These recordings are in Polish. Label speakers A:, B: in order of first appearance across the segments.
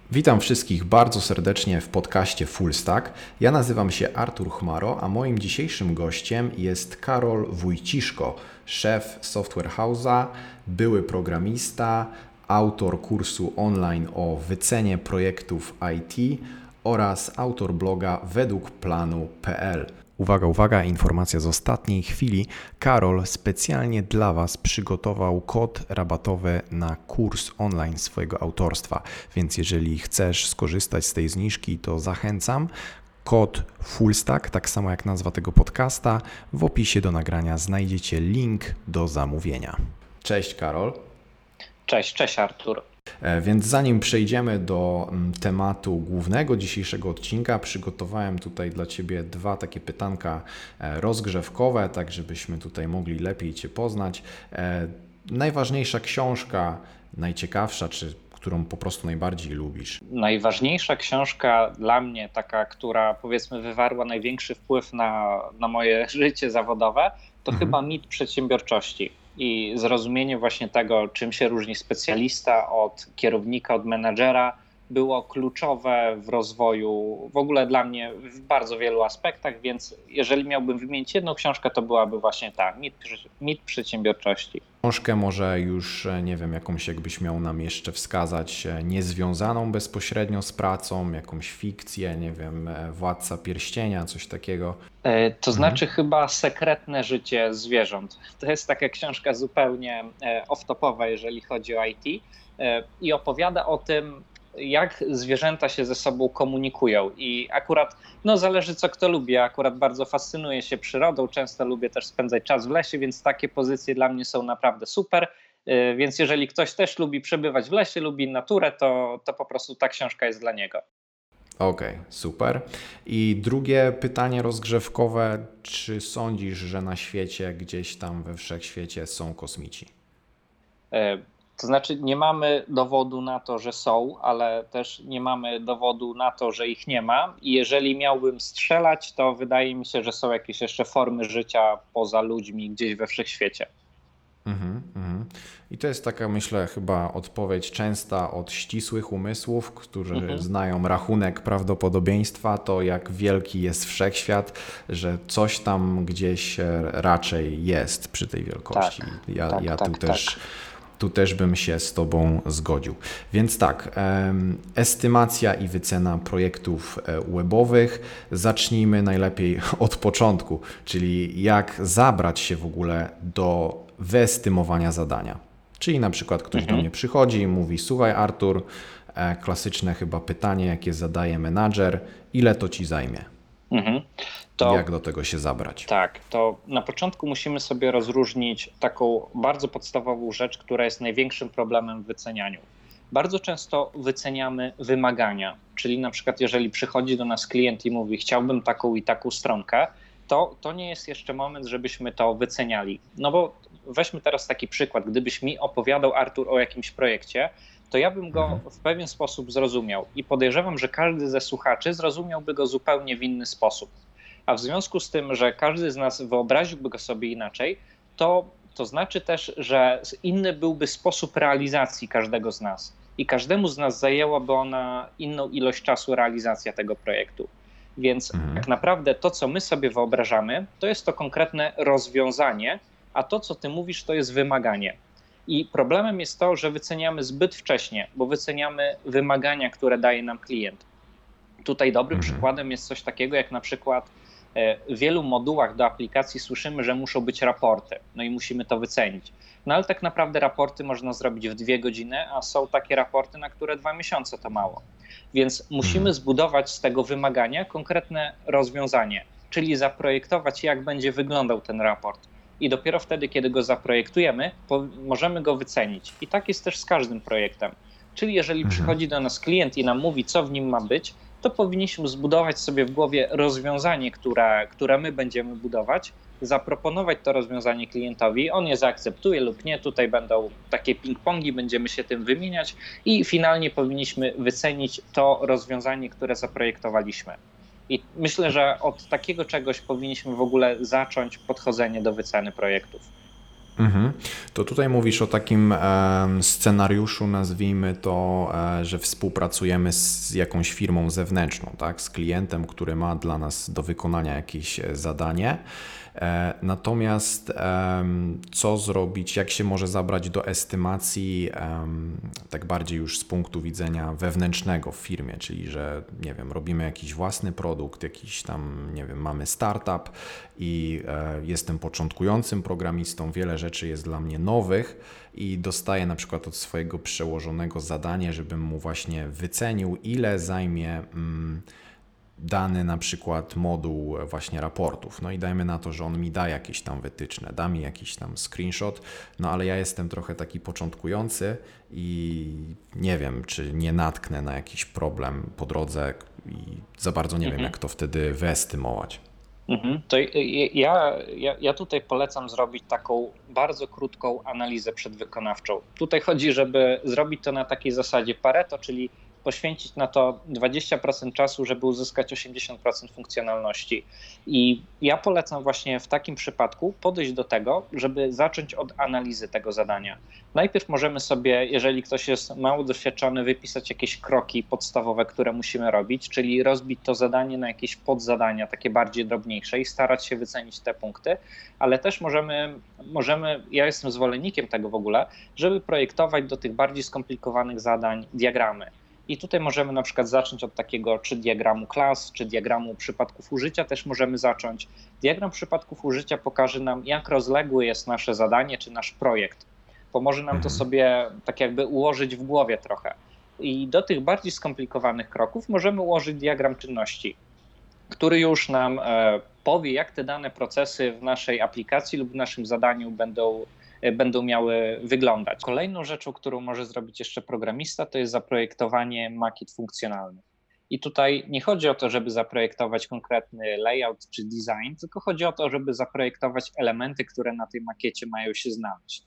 A: Witam wszystkich bardzo serdecznie w podcaście Full Stack. Ja nazywam się Artur Chmaro, a moim dzisiejszym gościem jest Karol Wójciszko, szef Software House'a, były programista, autor kursu online o wycenie projektów IT oraz autor bloga wedługplanu.pl. Uwaga, uwaga, informacja z ostatniej chwili. Karol specjalnie dla Was przygotował kod rabatowy na kurs online swojego autorstwa, więc jeżeli chcesz skorzystać z tej zniżki, to zachęcam. Kod FULLSTACK, tak samo jak nazwa tego podcasta, w opisie do nagrania znajdziecie link do zamówienia. Cześć Karol.
B: Cześć Artur.
A: Więc zanim przejdziemy do tematu głównego dzisiejszego odcinka, przygotowałem tutaj dla Ciebie dwa takie pytanka rozgrzewkowe, tak żebyśmy tutaj mogli lepiej Cię poznać. Najważniejsza książka, najciekawsza, czy którą po prostu najbardziej lubisz?
B: Najważniejsza książka dla mnie, taka, która powiedzmy wywarła największy wpływ na moje życie zawodowe, to chyba Mit przedsiębiorczości i zrozumienie właśnie tego, czym się różni specjalista od kierownika, od menadżera, było kluczowe w rozwoju w ogóle dla mnie w bardzo wielu aspektach, więc jeżeli miałbym wymienić jedną książkę, to byłaby właśnie ta Mit przedsiębiorczości.
A: Książkę może już, nie wiem, jakąś jakbyś miał nam jeszcze wskazać, niezwiązaną bezpośrednio z pracą, jakąś fikcję, nie wiem, Władca Pierścienia, coś takiego.
B: To znaczy chyba Sekretne życie zwierząt. To jest taka książka zupełnie off-topowa, jeżeli chodzi o IT i opowiada o tym, jak zwierzęta się ze sobą komunikują i akurat, zależy co kto lubi, ja akurat bardzo fascynuję się przyrodą, często lubię też spędzać czas w lesie, więc takie pozycje dla mnie są naprawdę super, więc jeżeli ktoś też lubi przebywać w lesie, lubi naturę, to po prostu ta książka jest dla niego.
A: Okej, super. I drugie pytanie rozgrzewkowe, czy sądzisz, że na świecie, gdzieś tam we wszechświecie są kosmici?
B: To znaczy nie mamy dowodu na to, że są, ale też nie mamy dowodu na to, że ich nie ma. I jeżeli miałbym strzelać, to wydaje mi się, że są jakieś jeszcze formy życia poza ludźmi gdzieś we wszechświecie.
A: I to jest taka, myślę, chyba odpowiedź częsta od ścisłych umysłów, którzy znają rachunek prawdopodobieństwa, to jak wielki jest wszechświat, że coś tam gdzieś raczej jest przy tej wielkości. Tu też bym się z Tobą zgodził. Więc tak, estymacja i wycena projektów webowych. Zacznijmy najlepiej od początku, czyli jak zabrać się w ogóle do wyestymowania zadania. Czyli na przykład ktoś do mnie przychodzi i mówi: słuchaj Artur, klasyczne chyba pytanie, jakie zadaje menadżer, ile to Ci zajmie? Jak do tego się zabrać?
B: Tak, to na początku musimy sobie rozróżnić taką bardzo podstawową rzecz, która jest największym problemem w wycenianiu. Bardzo często wyceniamy wymagania, czyli na przykład jeżeli przychodzi do nas klient i mówi: chciałbym taką i taką stronkę, to nie jest jeszcze moment, żebyśmy to wyceniali. No bo weźmy teraz taki przykład, gdybyś mi opowiadał, Artur, o jakimś projekcie, to ja bym go w pewien sposób zrozumiał i podejrzewam, że każdy ze słuchaczy zrozumiałby go zupełnie w inny sposób. A w związku z tym, że każdy z nas wyobraziłby go sobie inaczej, to znaczy też, że inny byłby sposób realizacji każdego z nas i każdemu z nas zajęłaby ona inną ilość czasu realizacja tego projektu. Więc tak naprawdę to, co my sobie wyobrażamy, to jest to konkretne rozwiązanie, a to, co ty mówisz, to jest wymaganie. I problemem jest to, że wyceniamy zbyt wcześnie, bo wyceniamy wymagania, które daje nam klient. Tutaj dobrym przykładem jest coś takiego, jak na przykład w wielu modułach do aplikacji słyszymy, że muszą być raporty, no i musimy to wycenić. No ale tak naprawdę raporty można zrobić w 2 godziny, a są takie raporty, na które 2 miesiące to mało. Więc musimy zbudować z tego wymagania konkretne rozwiązanie, czyli zaprojektować, jak będzie wyglądał ten raport. I dopiero wtedy, kiedy go zaprojektujemy, możemy go wycenić. I tak jest też z każdym projektem. Czyli jeżeli przychodzi do nas klient i nam mówi, co w nim ma być, to powinniśmy zbudować sobie w głowie rozwiązanie, które my będziemy budować, zaproponować to rozwiązanie klientowi, on je zaakceptuje lub nie, tutaj będą takie ping-pongi, będziemy się tym wymieniać i finalnie powinniśmy wycenić to rozwiązanie, które zaprojektowaliśmy. I myślę, że od takiego czegoś powinniśmy w ogóle zacząć podchodzenie do wyceny projektów.
A: Mhm. To tutaj mówisz o takim scenariuszu, nazwijmy to, że współpracujemy z jakąś firmą zewnętrzną, tak? Z klientem, który ma dla nas do wykonania jakieś zadanie. Natomiast co zrobić, jak się może zabrać do estymacji tak bardziej już z punktu widzenia wewnętrznego w firmie, czyli że nie wiem, robimy jakiś własny produkt, jakiś tam, nie wiem, mamy startup i jestem początkującym programistą, wiele rzeczy jest dla mnie nowych i dostaję na przykład od swojego przełożonego zadanie, żebym mu właśnie wycenił, ile zajmie dany na przykład moduł właśnie raportów. No i dajmy na to, że on mi da jakieś tam wytyczne, da mi jakiś tam screenshot, no ale ja jestem trochę taki początkujący i nie wiem, czy nie natknę na jakiś problem po drodze i za bardzo nie wiem, jak to wtedy wyestymować.
B: To ja tutaj polecam zrobić taką bardzo krótką analizę przedwykonawczą. Tutaj chodzi, żeby zrobić to na takiej zasadzie Pareto, czyli poświęcić na to 20% czasu, żeby uzyskać 80% funkcjonalności. I ja polecam właśnie w takim przypadku podejść do tego, żeby zacząć od analizy tego zadania. Najpierw możemy sobie, jeżeli ktoś jest mało doświadczony, wypisać jakieś kroki podstawowe, które musimy robić, czyli rozbić to zadanie na jakieś podzadania, takie bardziej drobniejsze i starać się wycenić te punkty, ale też możemy, ja jestem zwolennikiem tego w ogóle, żeby projektować do tych bardziej skomplikowanych zadań diagramy. I tutaj możemy na przykład zacząć od takiego czy diagramu klas, czy diagramu przypadków użycia też możemy zacząć. Diagram przypadków użycia pokaże nam, jak rozległe jest nasze zadanie, czy nasz projekt. Pomoże nam to sobie tak jakby ułożyć w głowie trochę. I do tych bardziej skomplikowanych kroków możemy ułożyć diagram czynności, który już nam powie, jak te dane procesy w naszej aplikacji lub w naszym zadaniu będą miały wyglądać. Kolejną rzeczą, którą może zrobić jeszcze programista, to jest zaprojektowanie makiet funkcjonalnych. I tutaj nie chodzi o to, żeby zaprojektować konkretny layout czy design, tylko chodzi o to, żeby zaprojektować elementy, które na tej makiecie mają się znaleźć.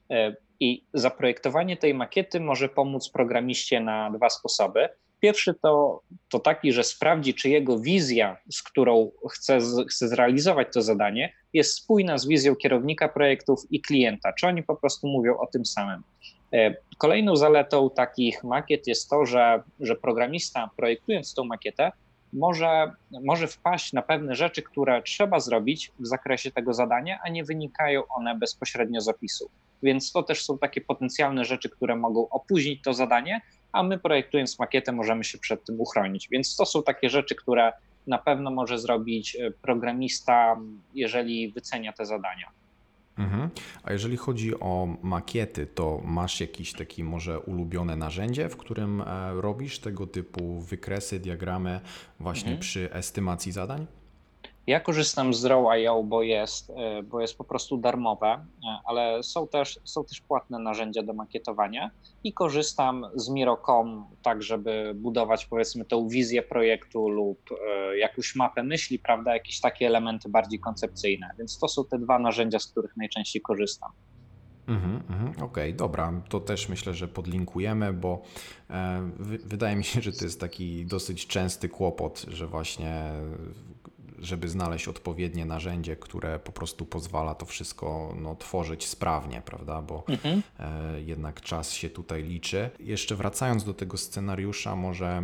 B: I zaprojektowanie tej makiety może pomóc programiście na dwa sposoby. Pierwszy to taki, że sprawdzi, czy jego wizja, z którą chce zrealizować to zadanie, jest spójna z wizją kierownika projektów i klienta, czy oni po prostu mówią o tym samym. Kolejną zaletą takich makiet jest to, że programista, projektując tą makietę, może wpaść na pewne rzeczy, które trzeba zrobić w zakresie tego zadania, a nie wynikają one bezpośrednio z opisu. Więc to też są takie potencjalne rzeczy, które mogą opóźnić to zadanie, a my projektując makietę możemy się przed tym uchronić. Więc to są takie rzeczy, które na pewno może zrobić programista, jeżeli wycenia te zadania.
A: A jeżeli chodzi o makiety, to masz jakieś takie może ulubione narzędzie, w którym robisz tego typu wykresy, diagramy właśnie przy estymacji zadań?
B: Ja korzystam z Draw.io, bo jest po prostu darmowe, ale są też płatne narzędzia do makietowania i korzystam z Miro.com, tak żeby budować powiedzmy tą wizję projektu lub jakąś mapę myśli, prawda, jakieś takie elementy bardziej koncepcyjne. Więc to są te dwa narzędzia, z których najczęściej korzystam.
A: Okej, dobra, to też myślę, że podlinkujemy, bo wydaje mi się, że to jest taki dosyć częsty kłopot, że właśnie żeby znaleźć odpowiednie narzędzie, które po prostu pozwala to wszystko tworzyć sprawnie, prawda, bo jednak czas się tutaj liczy. Jeszcze wracając do tego scenariusza, może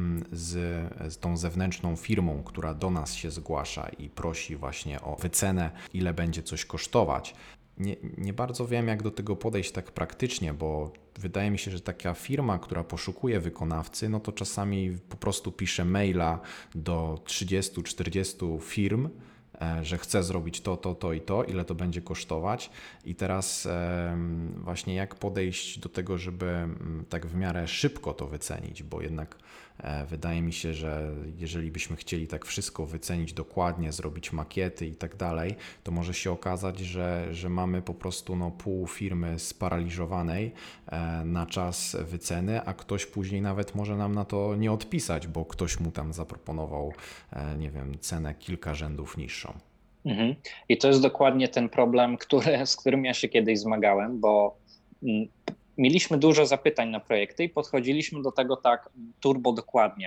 A: z tą zewnętrzną firmą, która do nas się zgłasza i prosi właśnie o wycenę, ile będzie coś kosztować. Nie bardzo wiem, jak do tego podejść tak praktycznie, bo wydaje mi się, że taka firma, która poszukuje wykonawcy, no to czasami po prostu pisze maila do 30-40 firm, że chce zrobić to i to, ile to będzie kosztować. I teraz właśnie jak podejść do tego, żeby tak w miarę szybko to wycenić, bo jednak wydaje mi się, że jeżeli byśmy chcieli tak wszystko wycenić dokładnie, zrobić makiety i tak dalej, to może się okazać, że mamy po prostu pół firmy sparaliżowanej na czas wyceny, a ktoś później nawet może nam na to nie odpisać, bo ktoś mu tam zaproponował, nie wiem, cenę kilka rzędów niższą.
B: I to jest dokładnie ten problem, z którym ja się kiedyś zmagałem, bo mieliśmy dużo zapytań na projekty i podchodziliśmy do tego tak turbo dokładnie.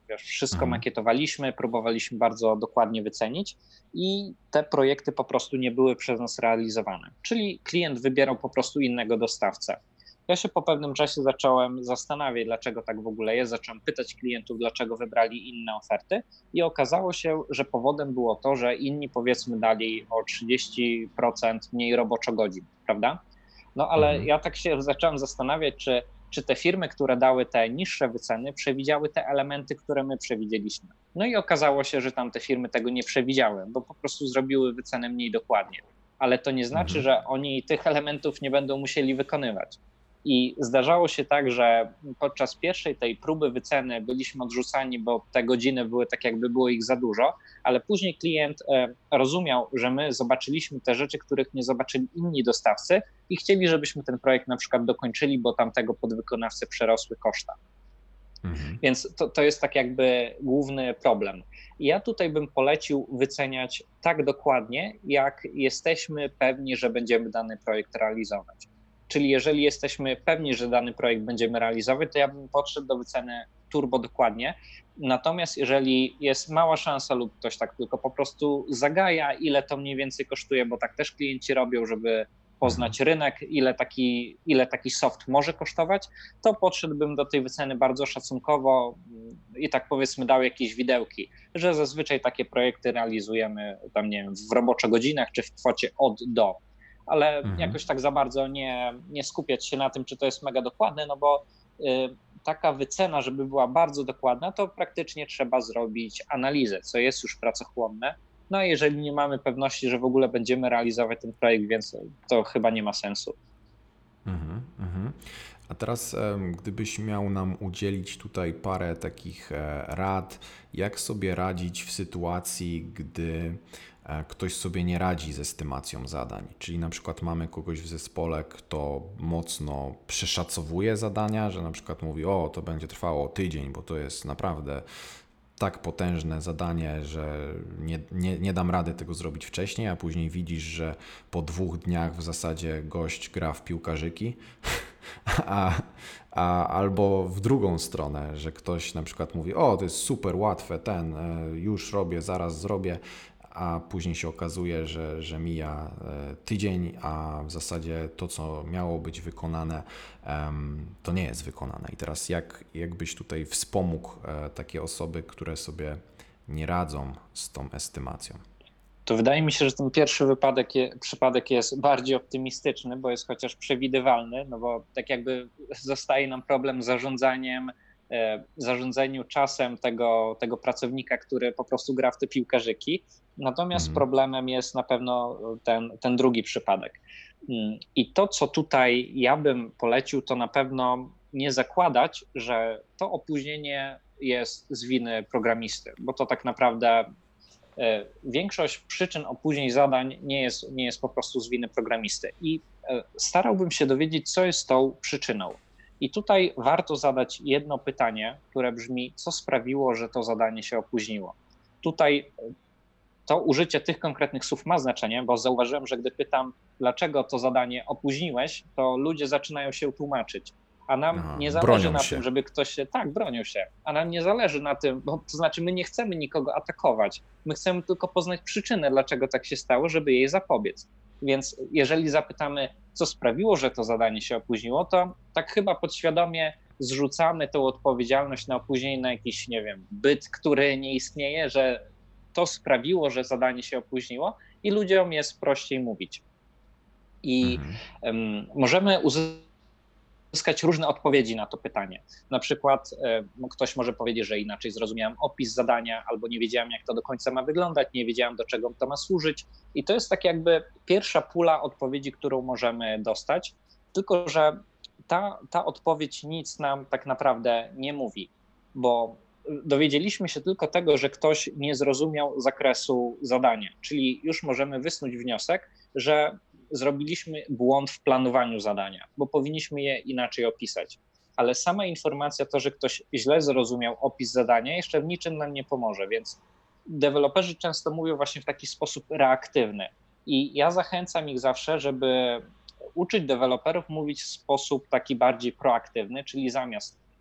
B: wiesz, wszystko makietowaliśmy, próbowaliśmy bardzo dokładnie wycenić i te projekty po prostu nie były przez nas realizowane. Czyli klient wybierał po prostu innego dostawcę. Ja się po pewnym czasie zacząłem zastanawiać, dlaczego tak w ogóle jest. Zacząłem pytać klientów, dlaczego wybrali inne oferty i okazało się, że powodem było to, że inni powiedzmy dali o 30% mniej roboczo-godzin, prawda? No ale ja tak się zacząłem zastanawiać, czy te firmy, które dały te niższe wyceny, przewidziały te elementy, które my przewidzieliśmy. No i okazało się, że tamte firmy tego nie przewidziały, bo po prostu zrobiły wycenę mniej dokładnie. Ale to nie znaczy, że oni tych elementów nie będą musieli wykonywać. I zdarzało się tak, że podczas pierwszej tej próby wyceny byliśmy odrzucani, bo te godziny były tak, jakby było ich za dużo, ale później klient rozumiał, że my zobaczyliśmy te rzeczy, których nie zobaczyli inni dostawcy i chcieli, żebyśmy ten projekt na przykład dokończyli, bo tamtego podwykonawcy przerosły koszta. Więc to jest tak jakby główny problem. I ja tutaj bym polecił wyceniać tak dokładnie, jak jesteśmy pewni, że będziemy dany projekt realizować. Czyli jeżeli jesteśmy pewni, że dany projekt będziemy realizować, to ja bym podszedł do wyceny turbo dokładnie. Natomiast jeżeli jest mała szansa lub ktoś tak tylko po prostu zagaja, ile to mniej więcej kosztuje, bo tak też klienci robią, żeby poznać rynek, ile taki soft może kosztować, to podszedłbym do tej wyceny bardzo szacunkowo i tak powiedzmy dał jakieś widełki, że zazwyczaj takie projekty realizujemy tam, nie wiem, w roboczo godzinach czy w kwocie od do. Ale jakoś tak za bardzo nie skupiać się na tym, czy to jest mega dokładne, no bo taka wycena, żeby była bardzo dokładna, to praktycznie trzeba zrobić analizę, co jest już pracochłonne. No a jeżeli nie mamy pewności, że w ogóle będziemy realizować ten projekt, więc to chyba nie ma sensu.
A: A teraz gdybyś miał nam udzielić tutaj parę takich rad, jak sobie radzić w sytuacji, gdy ktoś sobie nie radzi z estymacją zadań, czyli na przykład mamy kogoś w zespole, kto mocno przeszacowuje zadania, że na przykład mówi, o to będzie trwało tydzień, bo to jest naprawdę tak potężne zadanie, że nie dam rady tego zrobić wcześniej, a później widzisz, że po 2 dniach w zasadzie gość gra w piłkarzyki, albo w drugą stronę, że ktoś na przykład mówi, o to jest super łatwe, już robię, zaraz zrobię, a później się okazuje, że mija tydzień, a w zasadzie to, co miało być wykonane, to nie jest wykonane. I teraz jakbyś tutaj wspomógł takie osoby, które sobie nie radzą z tą estymacją?
B: To wydaje mi się, że ten pierwszy przypadek jest bardziej optymistyczny, bo jest chociaż przewidywalny, no bo tak jakby zostaje nam problem z zarządzaniu czasem tego pracownika, który po prostu gra w te piłkarzyki. Natomiast problemem jest na pewno ten drugi przypadek. I to, co tutaj ja bym polecił, to na pewno nie zakładać, że to opóźnienie jest z winy programisty, bo to tak naprawdę większość przyczyn opóźnień zadań nie jest po prostu z winy programisty. I starałbym się dowiedzieć, co jest tą przyczyną. I tutaj warto zadać jedno pytanie, które brzmi, co sprawiło, że to zadanie się opóźniło. Tutaj to użycie tych konkretnych słów ma znaczenie, bo zauważyłem, że gdy pytam, dlaczego to zadanie opóźniłeś, to ludzie zaczynają się tłumaczyć. A nam nie zależy na tym, żeby ktoś się... Tak, bronią się. A nam nie zależy na tym, bo to znaczy my nie chcemy nikogo atakować. My chcemy tylko poznać przyczynę, dlaczego tak się stało, żeby jej zapobiec. Więc jeżeli zapytamy, co sprawiło, że to zadanie się opóźniło, to tak chyba podświadomie zrzucamy tę odpowiedzialność na opóźnienie na jakiś, nie wiem, byt, który nie istnieje, że to sprawiło, że zadanie się opóźniło i ludziom jest prościej mówić. I możemy uzyskać różne odpowiedzi na to pytanie. Na przykład ktoś może powiedzieć, że inaczej zrozumiałem opis zadania, albo nie wiedziałem, jak to do końca ma wyglądać, nie wiedziałem, do czego to ma służyć. I to jest tak jakby pierwsza pula odpowiedzi, którą możemy dostać, tylko że ta odpowiedź nic nam tak naprawdę nie mówi, bo dowiedzieliśmy się tylko tego, że ktoś nie zrozumiał zakresu zadania, czyli już możemy wysnuć wniosek, że zrobiliśmy błąd w planowaniu zadania, bo powinniśmy je inaczej opisać. Ale sama informacja, to, że ktoś źle zrozumiał opis zadania, jeszcze w niczym nam nie pomoże, więc deweloperzy często mówią właśnie w taki sposób reaktywny. I ja zachęcam ich zawsze, żeby uczyć deweloperów mówić w sposób taki bardziej proaktywny, czyli zamiast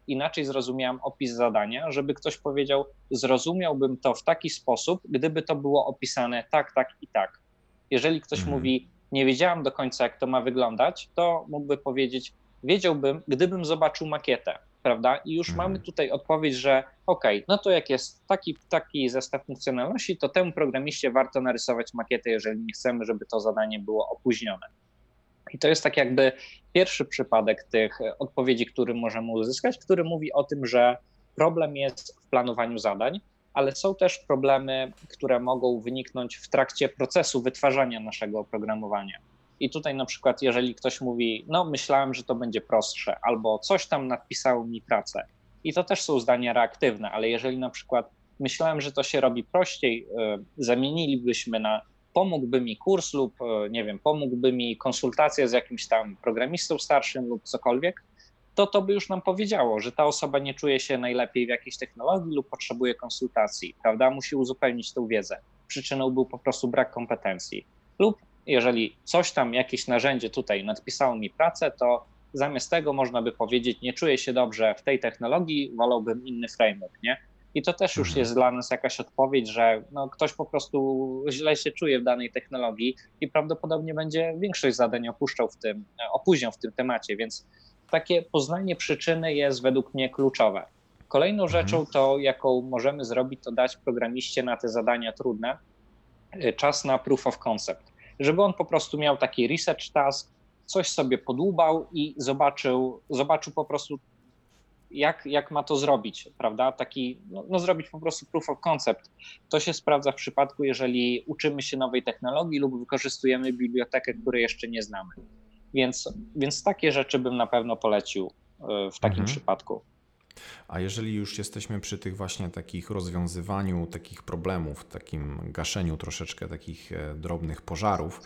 B: inaczej zrozumiałem opis zadania, żeby ktoś powiedział, zrozumiałbym to w taki sposób, gdyby to było opisane tak, tak i tak. Jeżeli ktoś mówi, nie wiedziałem do końca, jak to ma wyglądać, to mógłby powiedzieć, wiedziałbym, gdybym zobaczył makietę, prawda? I już mamy tutaj odpowiedź, że no to jak jest taki zestaw funkcjonalności, to temu programiście warto narysować makietę, jeżeli nie chcemy, żeby to zadanie było opóźnione. I to jest tak jakby pierwszy przypadek tych odpowiedzi, który możemy uzyskać, który mówi o tym, że problem jest w planowaniu zadań, ale są też problemy, które mogą wyniknąć w trakcie procesu wytwarzania naszego oprogramowania. I tutaj na przykład, jeżeli ktoś mówi, no myślałem, że to będzie prostsze, albo coś tam nadpisało mi pracę. I to też są zdania reaktywne, ale jeżeli na przykład myślałem, że to się robi prościej, zamienilibyśmy na pomógłby mi kurs lub nie wiem, pomógłby mi konsultacja z jakimś tam programistą starszym lub cokolwiek, to by już nam powiedziało, że ta osoba nie czuje się najlepiej w jakiejś technologii lub potrzebuje konsultacji, prawda? Musi uzupełnić tę wiedzę. Przyczyną był po prostu brak kompetencji. Lub jeżeli coś tam, jakieś narzędzie tutaj nadpisało mi pracę, to zamiast tego można by powiedzieć, nie czuję się dobrze w tej technologii, wolałbym inny framework, nie? I to też już jest dla nas jakaś odpowiedź, że no, ktoś po prostu źle się czuje w danej technologii i prawdopodobnie będzie większość zadań opóźniał w tym temacie, więc takie poznanie przyczyny jest według mnie kluczowe. Kolejną rzeczą to, jaką możemy zrobić, to dać programiście na te zadania trudne czas na proof of concept, żeby on po prostu miał taki research task, coś sobie podłubał i zobaczył po prostu jak ma to zrobić, prawda? Taki, no zrobić po prostu proof of concept. To się sprawdza w przypadku, jeżeli uczymy się nowej technologii lub wykorzystujemy bibliotekę, której jeszcze nie znamy. Więc takie rzeczy bym na pewno polecił w takim przypadku.
A: A jeżeli już jesteśmy przy tych właśnie takich rozwiązywaniu takich problemów, takim gaszeniu troszeczkę takich drobnych pożarów,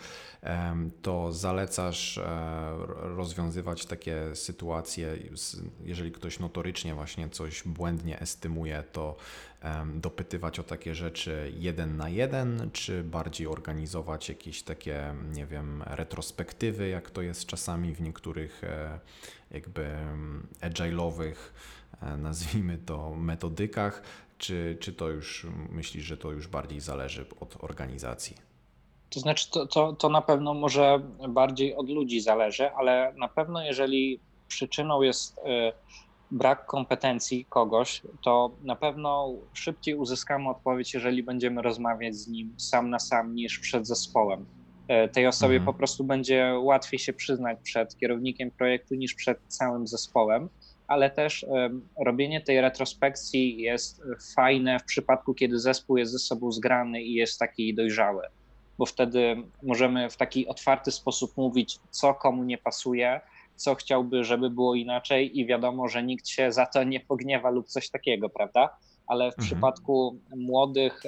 A: to zalecasz rozwiązywać takie sytuacje, jeżeli ktoś notorycznie właśnie coś błędnie estymuje, to dopytywać o takie rzeczy 1 na 1, czy bardziej organizować jakieś takie, nie wiem, retrospektywy, jak to jest czasami w niektórych jakby agile'owych, nazwijmy to, metodykach, czy to już myślisz, że to już bardziej zależy od organizacji?
B: To znaczy, to na pewno może bardziej od ludzi zależy, ale na pewno jeżeli przyczyną jest brak kompetencji kogoś, to na pewno szybciej uzyskamy odpowiedź, jeżeli będziemy rozmawiać z nim sam na sam niż przed zespołem. Tej osobie po prostu będzie łatwiej się przyznać przed kierownikiem projektu niż przed całym zespołem, ale też robienie tej retrospekcji jest fajne w przypadku, kiedy zespół jest ze sobą zgrany i jest taki dojrzały, bo wtedy możemy w taki otwarty sposób mówić, co komu nie pasuje, co chciałby, żeby było inaczej i wiadomo, że nikt się za to nie pogniewa lub coś takiego, prawda? Ale w przypadku młodych,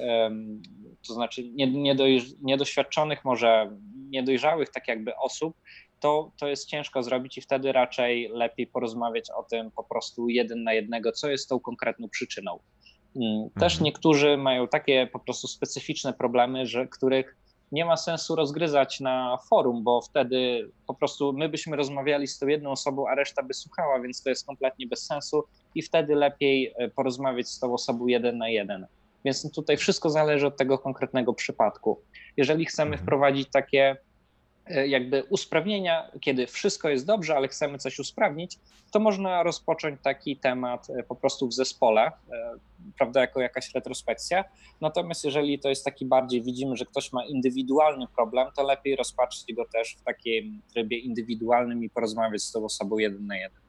B: to znaczy niedoświadczonych, może niedojrzałych tak jakby osób, to jest ciężko zrobić i wtedy raczej lepiej porozmawiać o tym po prostu 1 na 1, co jest tą konkretną przyczyną. Też niektórzy mają takie po prostu specyficzne problemy, których nie ma sensu rozgryzać na forum, bo wtedy po prostu my byśmy rozmawiali z tą jedną osobą, a reszta by słuchała, więc to jest kompletnie bez sensu i wtedy lepiej porozmawiać z tą osobą 1 na 1. Więc tutaj wszystko zależy od tego konkretnego przypadku. Jeżeli chcemy wprowadzić takie jakby usprawnienia, kiedy wszystko jest dobrze, ale chcemy coś usprawnić, to można rozpocząć taki temat po prostu w zespole, prawda, jako jakaś retrospekcja. Natomiast jeżeli to jest taki bardziej, widzimy, że ktoś ma indywidualny problem, to lepiej rozpatrzyć go też w takim trybie indywidualnym i porozmawiać z tą osobą 1 na 1.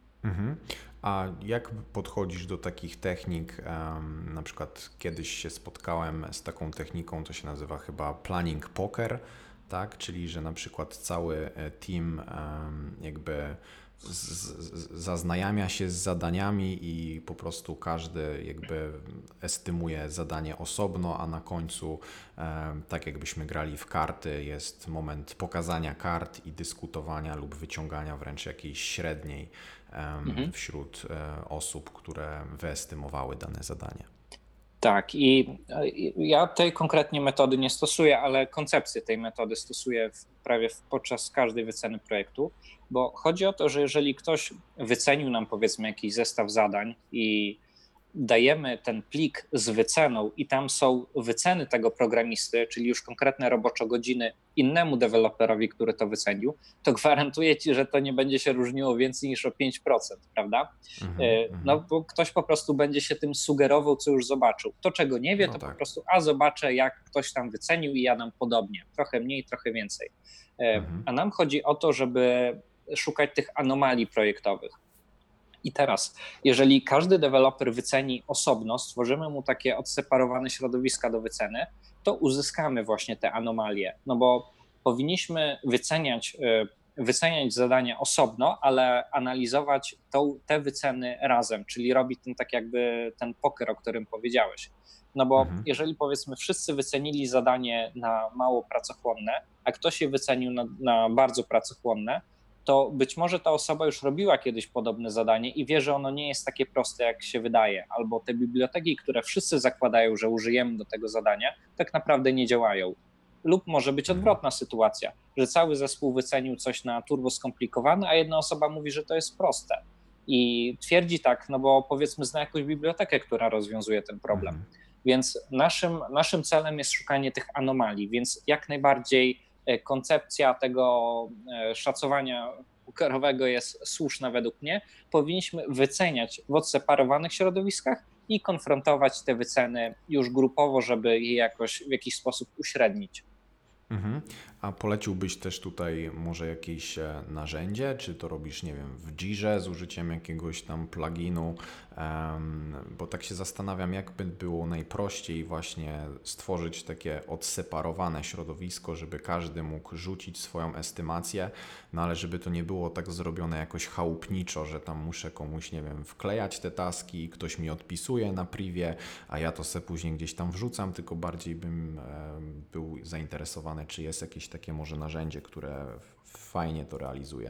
A: A jak podchodzisz do takich technik? Na przykład kiedyś się spotkałem z taką techniką, to się nazywa chyba planning poker, tak? Czyli że na przykład cały team jakby zaznajamia się z zadaniami i po prostu każdy jakby estymuje zadanie osobno, a na końcu, tak jakbyśmy grali w karty, jest moment pokazania kart i dyskutowania lub wyciągania wręcz jakiejś średniej wśród osób, które wyestymowały dane zadanie.
B: Tak, i ja tej konkretnie metody nie stosuję, ale koncepcję tej metody stosuję podczas każdej wyceny projektu, bo chodzi o to, że jeżeli ktoś wycenił nam powiedzmy jakiś zestaw zadań i dajemy ten plik z wyceną i tam są wyceny tego programisty, czyli już konkretne robocze godziny innemu deweloperowi, który to wycenił, to gwarantuję ci, że to nie będzie się różniło więcej niż o 5%, prawda? No bo ktoś po prostu będzie się tym sugerował, co już zobaczył. To, czego nie wie,
A: No
B: to
A: tak.
B: po prostu zobaczę, jak ktoś tam wycenił i ja dam podobnie. Trochę mniej, trochę więcej. A nam chodzi o to, żeby szukać tych anomalii projektowych. I teraz, jeżeli każdy deweloper wyceni osobno, stworzymy mu takie odseparowane środowiska do wyceny, to uzyskamy właśnie te anomalie, no bo powinniśmy wyceniać zadania osobno, ale analizować te wyceny razem, czyli robić ten tak jakby ten poker, o którym powiedziałeś. No bo jeżeli powiedzmy wszyscy wycenili zadanie na mało pracochłonne, a ktoś je wycenił na bardzo pracochłonne, to być może ta osoba już robiła kiedyś podobne zadanie i wie, że ono nie jest takie proste, jak się wydaje, albo te biblioteki, które wszyscy zakładają, że użyjemy do tego zadania, tak naprawdę nie działają. Lub może być odwrotna sytuacja, że cały zespół wycenił coś na turbo skomplikowane, a jedna osoba mówi, że to jest proste. I twierdzi tak, no bo powiedzmy zna jakąś bibliotekę, która rozwiązuje ten problem. Więc naszym celem jest szukanie tych anomalii, więc jak najbardziej koncepcja tego szacowania pokerowego jest słuszna według mnie. Powinniśmy wyceniać w odseparowanych środowiskach i konfrontować te wyceny już grupowo, żeby je jakoś w jakiś sposób uśrednić.
A: A poleciłbyś też tutaj może jakieś narzędzie, czy to robisz, nie wiem, w Jirze z użyciem jakiegoś tam pluginu, bo tak się zastanawiam, jak by było najprościej właśnie stworzyć takie odseparowane środowisko, żeby każdy mógł rzucić swoją estymację, no ale żeby to nie było tak zrobione jakoś chałupniczo, że tam muszę komuś, nie wiem, wklejać te taski, ktoś mi odpisuje na privie, a ja to se później gdzieś tam wrzucam, tylko bardziej bym był zainteresowany, czy jest jakieś takie może narzędzie, które fajnie to realizuje.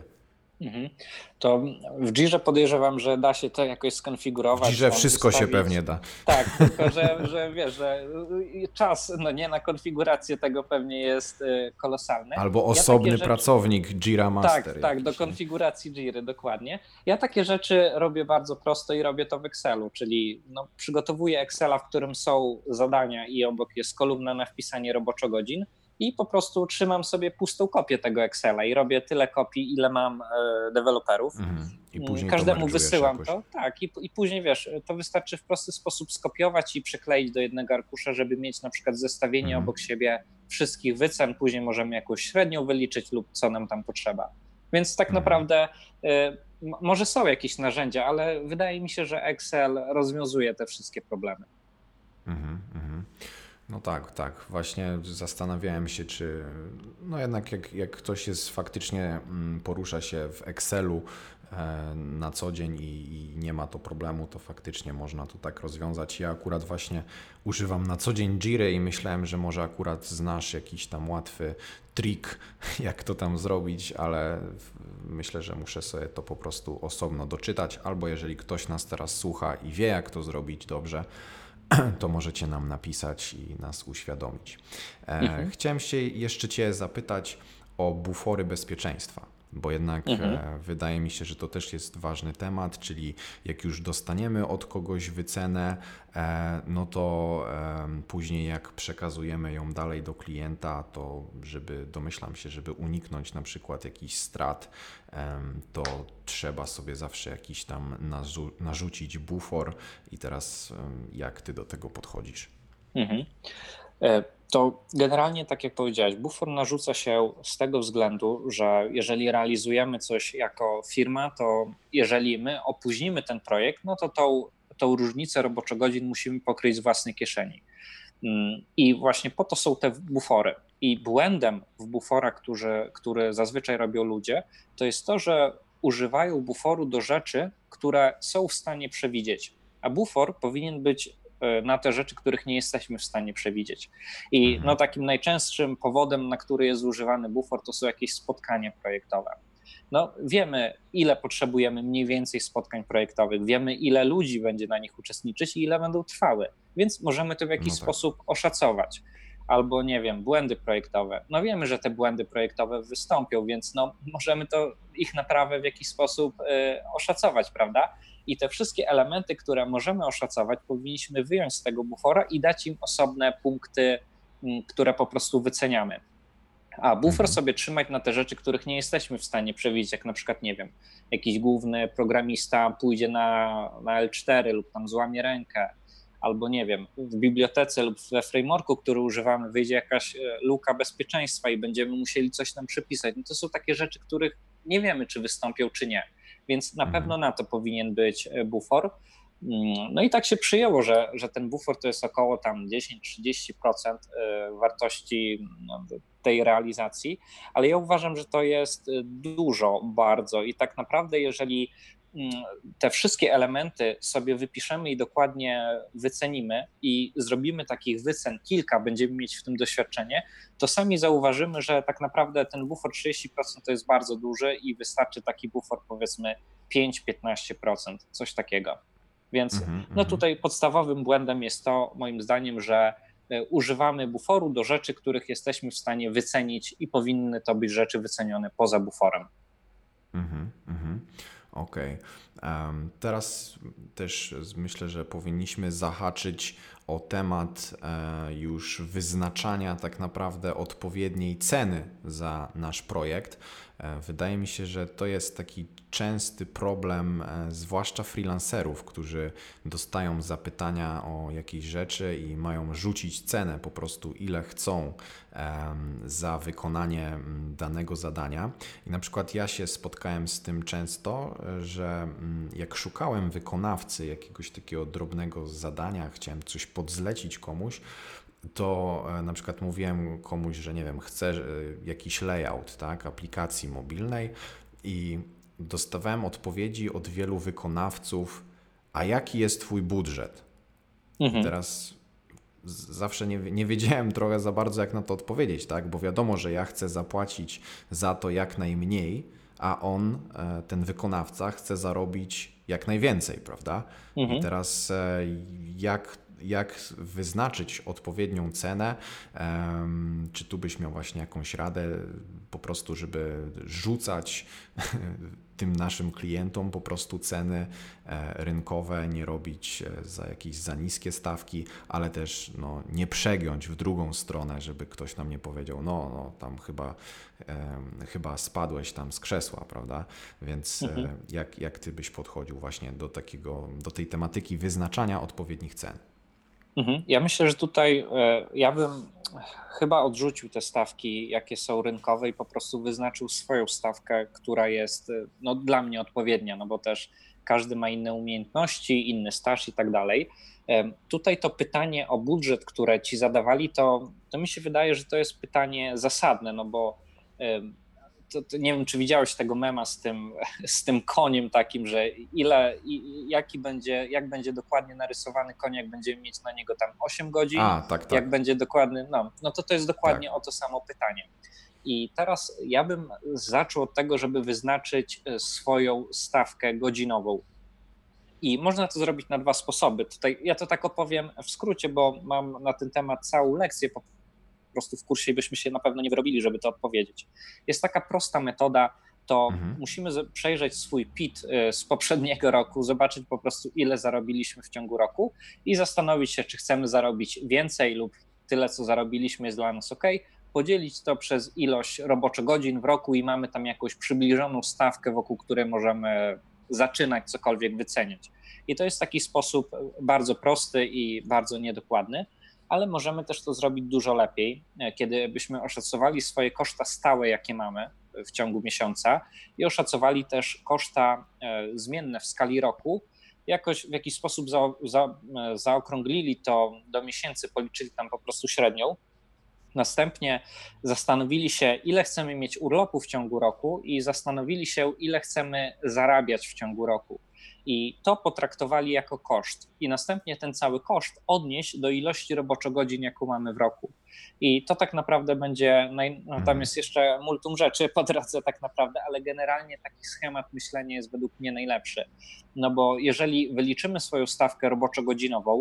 B: To w Jirze podejrzewam, że da się to jakoś skonfigurować.
A: W Jirze wszystko się pewnie da.
B: Tak, tylko że wiesz, że czas na konfigurację tego pewnie jest kolosalny.
A: Albo osobny pracownik Jira Master.
B: Tak, do konfiguracji Jiry, dokładnie. Ja takie rzeczy robię bardzo prosto i robię to w Excelu, czyli przygotowuję Excela, w którym są zadania i obok jest kolumna na wpisanie roboczo-godzin i po prostu trzymam sobie pustą kopię tego Excela i robię tyle kopii, ile mam deweloperów.
A: I później
B: każdemu
A: to
B: wysyłam
A: jakoś.
B: to, tak, i później wiesz, to wystarczy w prosty sposób skopiować i przykleić do jednego arkusza, żeby mieć na przykład zestawienie obok siebie wszystkich wycen, później możemy jakąś średnią wyliczyć lub co nam tam potrzeba. Więc tak naprawdę może są jakieś narzędzia, ale wydaje mi się, że Excel rozwiązuje te wszystkie problemy.
A: No tak. Właśnie zastanawiałem się, czy no jednak jak ktoś jest faktycznie porusza się w Excelu na co dzień i nie ma to problemu, to faktycznie można to tak rozwiązać. Ja akurat właśnie używam na co dzień Jiry i myślałem, że może akurat znasz jakiś tam łatwy trik, jak to tam zrobić, ale myślę, że muszę sobie to po prostu osobno doczytać, albo jeżeli ktoś nas teraz słucha i wie, jak to zrobić dobrze, to możecie nam napisać i nas uświadomić. Chciałem się jeszcze Cię zapytać o bufory bezpieczeństwa, bo jednak wydaje mi się, że to też jest ważny temat, czyli jak już dostaniemy od kogoś wycenę, no to później jak przekazujemy ją dalej do klienta, to domyślam się, żeby uniknąć na przykład jakichś strat, to trzeba sobie zawsze jakiś tam narzucić bufor i teraz jak Ty do tego podchodzisz?
B: To generalnie, tak jak powiedziałeś, bufor narzuca się z tego względu, że jeżeli realizujemy coś jako firma, to jeżeli my opóźnimy ten projekt, no to tą różnicę roboczo-godzin musimy pokryć z własnej kieszeni. I właśnie po to są te bufory. I błędem w buforach, który zazwyczaj robią ludzie, to jest to, że używają buforu do rzeczy, które są w stanie przewidzieć. A bufor powinien być na te rzeczy, których nie jesteśmy w stanie przewidzieć. I takim najczęstszym powodem, na który jest używany bufor, to są jakieś spotkania projektowe. no wiemy, ile potrzebujemy mniej więcej spotkań projektowych, wiemy, ile ludzi będzie na nich uczestniczyć i ile będą trwały, więc możemy to w jakiś sposób oszacować. Albo nie wiem, błędy projektowe. No wiemy, że te błędy projektowe wystąpią, więc no możemy to ich naprawę w jakiś sposób oszacować, prawda? I te wszystkie elementy, które możemy oszacować, powinniśmy wyjąć z tego bufora i dać im osobne punkty, które po prostu wyceniamy. A bufor sobie trzymać na te rzeczy, których nie jesteśmy w stanie przewidzieć, jak na przykład, nie wiem, jakiś główny programista pójdzie na L4 lub tam złamie rękę, albo nie wiem, w bibliotece lub we frameworku, który używamy, wyjdzie jakaś luka bezpieczeństwa i będziemy musieli coś tam przypisać. No to są takie rzeczy, których nie wiemy, czy wystąpią, czy nie. Więc na pewno na to powinien być bufor. No i tak się przyjęło, że ten bufor to jest około tam 10-30% wartości tej realizacji, ale ja uważam, że to jest dużo bardzo i tak naprawdę jeżeli te wszystkie elementy sobie wypiszemy i dokładnie wycenimy i zrobimy takich wycen kilka, będziemy mieć w tym doświadczenie, to sami zauważymy, że tak naprawdę ten bufor 30% to jest bardzo duży i wystarczy taki bufor powiedzmy 5-15%, coś takiego. Więc no tutaj podstawowym błędem jest to, moim zdaniem, że używamy buforu do rzeczy, których jesteśmy w stanie wycenić i powinny to być rzeczy wycenione poza buforem.
A: Okej. Teraz też myślę, że powinniśmy zahaczyć o temat już wyznaczania tak naprawdę odpowiedniej ceny za nasz projekt. Wydaje mi się, że to jest taki częsty problem, zwłaszcza freelancerów, którzy dostają zapytania o jakieś rzeczy i mają rzucić cenę po prostu, ile chcą za wykonanie danego zadania. I na przykład ja się spotkałem z tym często, że jak szukałem wykonawcy jakiegoś takiego drobnego zadania, chciałem coś podzlecić komuś, to na przykład mówiłem komuś, że nie wiem, chcę jakiś layout, tak, aplikacji mobilnej i dostawałem odpowiedzi od wielu wykonawców, a jaki jest twój budżet? I teraz zawsze nie wiedziałem trochę za bardzo, jak na to odpowiedzieć, tak, bo wiadomo, że ja chcę zapłacić za to jak najmniej, a on, ten wykonawca, chce zarobić jak najwięcej, prawda? I teraz jak wyznaczyć odpowiednią cenę? Czy tu byś miał właśnie jakąś radę po prostu, żeby rzucać tym naszym klientom po prostu ceny rynkowe, nie robić za niskie stawki, ale też nie przegiąć w drugą stronę, żeby ktoś nam nie powiedział, tam chyba spadłeś tam z krzesła, prawda? Więc jak ty byś podchodził właśnie do tej tematyki wyznaczania odpowiednich cen?
B: Ja myślę, że tutaj ja bym chyba odrzucił te stawki, jakie są rynkowe i po prostu wyznaczył swoją stawkę, która jest dla mnie odpowiednia, bo też każdy ma inne umiejętności, inny staż i tak dalej. Tutaj to pytanie o budżet, które ci zadawali, to mi się wydaje, że to jest pytanie zasadne, bo to nie wiem, czy widziałeś tego mema z tym koniem takim, że jak będzie dokładnie narysowany koń, jak będziemy mieć na niego tam 8 godzin,
A: tak.
B: Jak będzie dokładny, to jest dokładnie o to samo pytanie. I teraz ja bym zaczął od tego, żeby wyznaczyć swoją stawkę godzinową. I można to zrobić na dwa sposoby. Tutaj ja to tak opowiem w skrócie, bo mam na ten temat całą lekcję po prostu w kursie i byśmy się na pewno nie wyrobili, żeby to odpowiedzieć. Jest taka prosta metoda, to musimy przejrzeć swój PIT z poprzedniego roku, zobaczyć po prostu ile zarobiliśmy w ciągu roku i zastanowić się, czy chcemy zarobić więcej lub tyle, co zarobiliśmy jest dla nas ok, podzielić to przez ilość roboczogodzin w roku i mamy tam jakąś przybliżoną stawkę, wokół której możemy zaczynać cokolwiek wyceniać. I to jest taki sposób bardzo prosty i bardzo niedokładny, ale możemy też to zrobić dużo lepiej, kiedy byśmy oszacowali swoje koszta stałe, jakie mamy w ciągu miesiąca i oszacowali też koszta zmienne w skali roku, jakoś w jakiś sposób zaokrąglili to do miesięcy, policzyli tam po prostu średnią. Następnie zastanowili się, ile chcemy mieć urlopu w ciągu roku i zastanowili się, ile chcemy zarabiać w ciągu roku. I to potraktowali jako koszt i następnie ten cały koszt odnieść do ilości roboczogodzin, jaką mamy w roku. I to tak naprawdę będzie, tam jest jeszcze multum rzeczy po drodze tak naprawdę, ale generalnie taki schemat myślenia jest według mnie najlepszy. No bo jeżeli wyliczymy swoją stawkę roboczogodzinową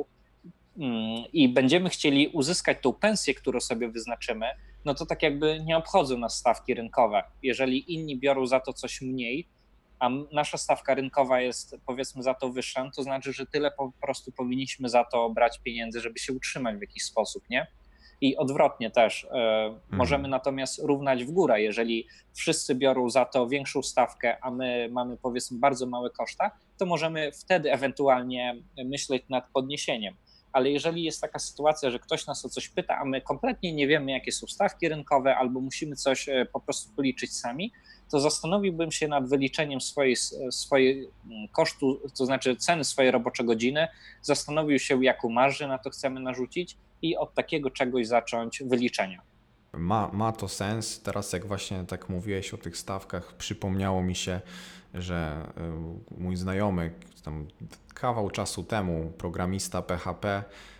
B: i będziemy chcieli uzyskać tą pensję, którą sobie wyznaczymy, no to tak jakby nie obchodzą nas stawki rynkowe. Jeżeli inni biorą za to coś mniej, a nasza stawka rynkowa jest powiedzmy za to wyższa, no to znaczy, że tyle po prostu powinniśmy za to brać pieniędzy, żeby się utrzymać w jakiś sposób, nie? I odwrotnie też. Możemy natomiast równać w górę. Jeżeli wszyscy biorą za to większą stawkę, a my mamy powiedzmy bardzo małe koszta, to możemy wtedy ewentualnie myśleć nad podniesieniem. Ale jeżeli jest taka sytuacja, że ktoś nas o coś pyta, a my kompletnie nie wiemy, jakie są stawki rynkowe, albo musimy coś po prostu policzyć sami, to zastanowiłbym się nad wyliczeniem swojej kosztu, to znaczy ceny swojej roboczej godziny, zastanowił się, jaką marżę na to chcemy narzucić i od takiego czegoś zacząć wyliczenia.
A: Ma to sens. Teraz jak właśnie tak mówiłeś o tych stawkach, przypomniało mi się, że mój znajomy tam kawał czasu temu, programista PHP,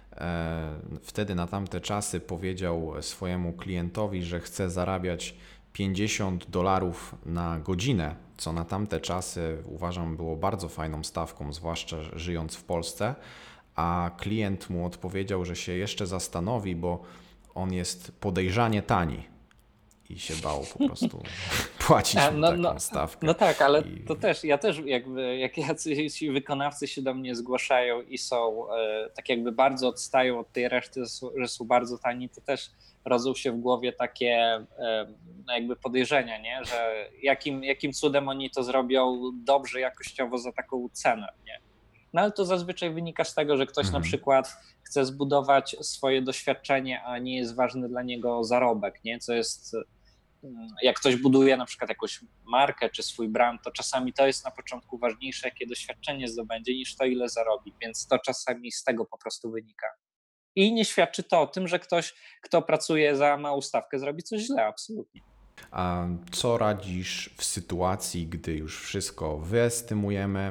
A: wtedy na tamte czasy powiedział swojemu klientowi, że chce zarabiać $50 na godzinę, co na tamte czasy uważam było bardzo fajną stawką, zwłaszcza żyjąc w Polsce, a klient mu odpowiedział, że się jeszcze zastanowi, bo on jest podejrzanie tani i się bał po prostu płacić mu taką stawkę.
B: No tak, ale to też, ja też jakby, jak jacyś wykonawcy się do mnie zgłaszają i są tak jakby bardzo odstają od tej reszty, że są bardzo tani, to też rodzą się w głowie takie jakby podejrzenia, nie? Że jakim cudem oni to zrobią dobrze jakościowo za taką cenę, nie? No ale to zazwyczaj wynika z tego, że ktoś na przykład chce zbudować swoje doświadczenie, a nie jest ważny dla niego zarobek, nie? Co jest, jak ktoś buduje na przykład jakąś markę czy swój brand, to czasami to jest na początku ważniejsze, jakie doświadczenie zdobędzie, niż to, ile zarobi, więc to czasami z tego po prostu wynika. I nie świadczy to o tym, że ktoś, kto pracuje za małą stawkę, zrobi coś źle, absolutnie.
A: A co radzisz w sytuacji, gdy już wszystko wyestymujemy,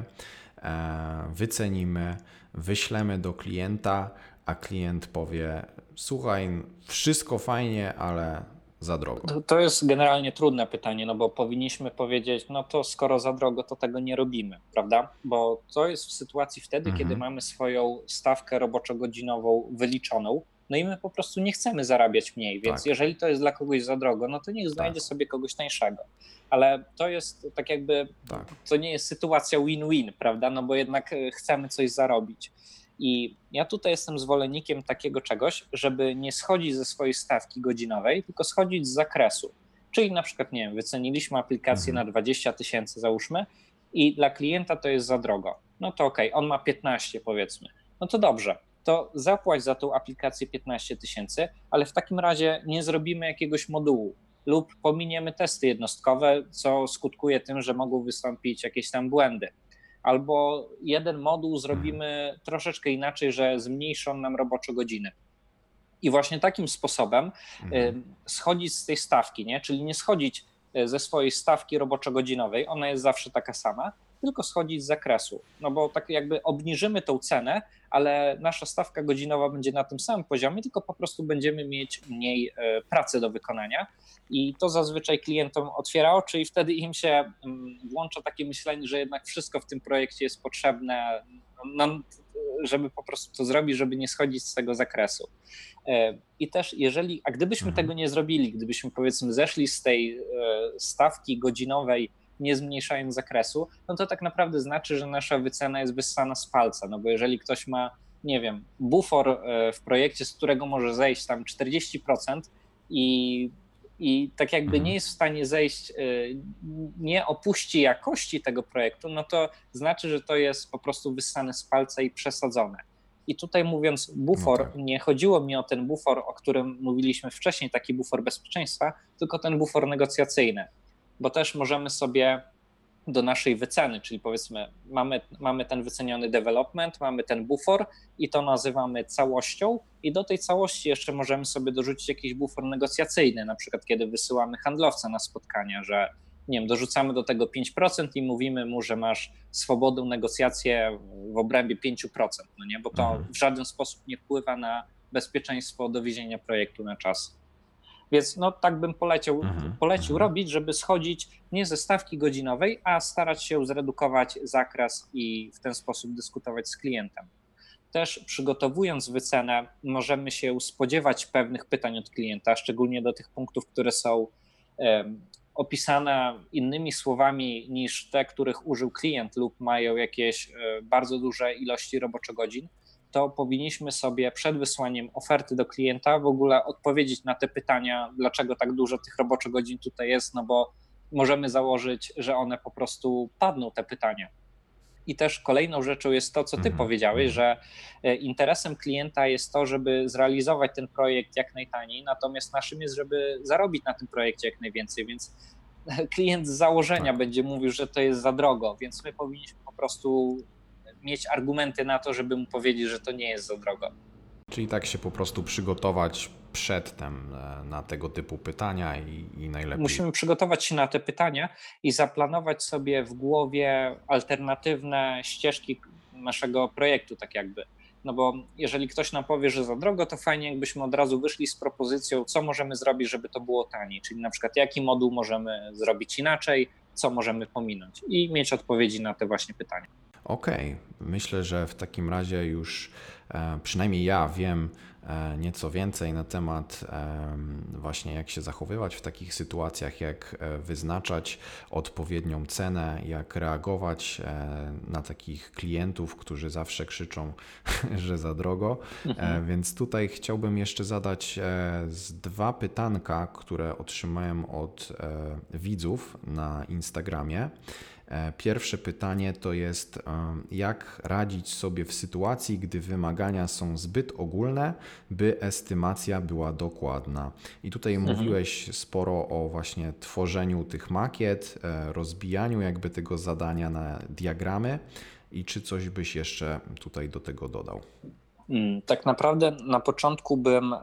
A: wycenimy, wyślemy do klienta, a klient powie: słuchaj, wszystko fajnie, ale za drogo?
B: To jest generalnie trudne pytanie, no bo powinniśmy powiedzieć, no to skoro za drogo, to tego nie robimy, prawda? Bo to jest w sytuacji wtedy, kiedy mamy swoją stawkę roboczo-godzinową wyliczoną, no i my po prostu nie chcemy zarabiać mniej, więc jeżeli to jest dla kogoś za drogo, no to niech znajdzie sobie kogoś tańszego. Ale to jest tak jakby, to nie jest sytuacja win-win, prawda? No bo jednak chcemy coś zarobić. I ja tutaj jestem zwolennikiem takiego czegoś, żeby nie schodzić ze swojej stawki godzinowej, tylko schodzić z zakresu. Czyli na przykład, nie wiem, wyceniliśmy aplikację na 20 000, załóżmy, i dla klienta to jest za drogo. No to okej, on ma 15 powiedzmy. No to dobrze, to zapłać za tą aplikację 15 000, ale w takim razie nie zrobimy jakiegoś modułu lub pominiemy testy jednostkowe, co skutkuje tym, że mogą wystąpić jakieś tam błędy. Albo jeden moduł zrobimy troszeczkę inaczej, że zmniejszą nam robocze godziny. I właśnie takim sposobem schodzić z tej stawki, nie? Czyli nie schodzić ze swojej stawki roboczo-godzinowej, ona jest zawsze taka sama, tylko schodzić z zakresu. No bo tak jakby obniżymy tą cenę, ale nasza stawka godzinowa będzie na tym samym poziomie, tylko po prostu będziemy mieć mniej pracy do wykonania. I to zazwyczaj klientom otwiera oczy i wtedy im się włącza takie myślenie, że jednak wszystko w tym projekcie jest potrzebne nam, żeby po prostu to zrobić, żeby nie schodzić z tego zakresu. I też gdybyśmy tego nie zrobili, gdybyśmy powiedzmy zeszli z tej stawki godzinowej, nie zmniejszając zakresu, no to tak naprawdę znaczy, że nasza wycena jest wyssana z palca, no bo jeżeli ktoś ma, nie wiem, bufor w projekcie, z którego może zejść tam 40% i tak jakby nie jest w stanie zejść, nie opuści jakości tego projektu, no to znaczy, że to jest po prostu wyssane z palca i przesadzone. I tutaj mówiąc bufor, nie chodziło mi o ten bufor, o którym mówiliśmy wcześniej, taki bufor bezpieczeństwa, tylko ten bufor negocjacyjny, bo też możemy sobie do naszej wyceny, czyli powiedzmy mamy ten wyceniony development, mamy ten bufor i to nazywamy całością i do tej całości jeszcze możemy sobie dorzucić jakiś bufor negocjacyjny, na przykład kiedy wysyłamy handlowca na spotkania, że nie wiem, dorzucamy do tego 5% i mówimy mu, że masz swobodną negocjację w obrębie 5%, no nie? Bo to w żaden sposób nie wpływa na bezpieczeństwo dowiezienia projektu na czas. Więc no tak bym polecił robić, żeby schodzić nie ze stawki godzinowej, a starać się zredukować zakres i w ten sposób dyskutować z klientem. Też przygotowując wycenę, możemy się spodziewać pewnych pytań od klienta, szczególnie do tych punktów, które są opisane innymi słowami niż te, których użył klient lub mają jakieś bardzo duże ilości roboczogodzin, to powinniśmy sobie przed wysłaniem oferty do klienta w ogóle odpowiedzieć na te pytania, dlaczego tak dużo tych roboczogodzin tutaj jest, no bo możemy założyć, że one po prostu padną, te pytania. I też kolejną rzeczą jest to, co ty powiedziałeś, że interesem klienta jest to, żeby zrealizować ten projekt jak najtaniej, natomiast naszym jest, żeby zarobić na tym projekcie jak najwięcej, więc klient z założenia będzie mówił, że to jest za drogo, więc my powinniśmy po prostu mieć argumenty na to, żeby mu powiedzieć, że to nie jest za drogo.
A: Czyli tak się po prostu przygotować przedtem na tego typu pytania i najlepiej.
B: Musimy przygotować się na te pytania i zaplanować sobie w głowie alternatywne ścieżki naszego projektu, tak jakby. No bo jeżeli ktoś nam powie, że za drogo, to fajnie jakbyśmy od razu wyszli z propozycją, co możemy zrobić, żeby to było taniej, czyli na przykład jaki moduł możemy zrobić inaczej, co możemy pominąć i mieć odpowiedzi na te właśnie pytania.
A: Okej, myślę, że w takim razie już przynajmniej ja wiem nieco więcej na temat właśnie jak się zachowywać w takich sytuacjach, jak wyznaczać odpowiednią cenę, jak reagować na takich klientów, którzy zawsze krzyczą, że za drogo. Więc tutaj chciałbym jeszcze zadać dwa pytanka, które otrzymałem od widzów na Instagramie. Pierwsze pytanie to jest, jak radzić sobie w sytuacji, gdy wymagania są zbyt ogólne, by estymacja była dokładna. I tutaj mówiłeś sporo o właśnie tworzeniu tych makiet, rozbijaniu jakby tego zadania na diagramy i czy coś byś jeszcze tutaj do tego dodał?
B: Tak naprawdę na początku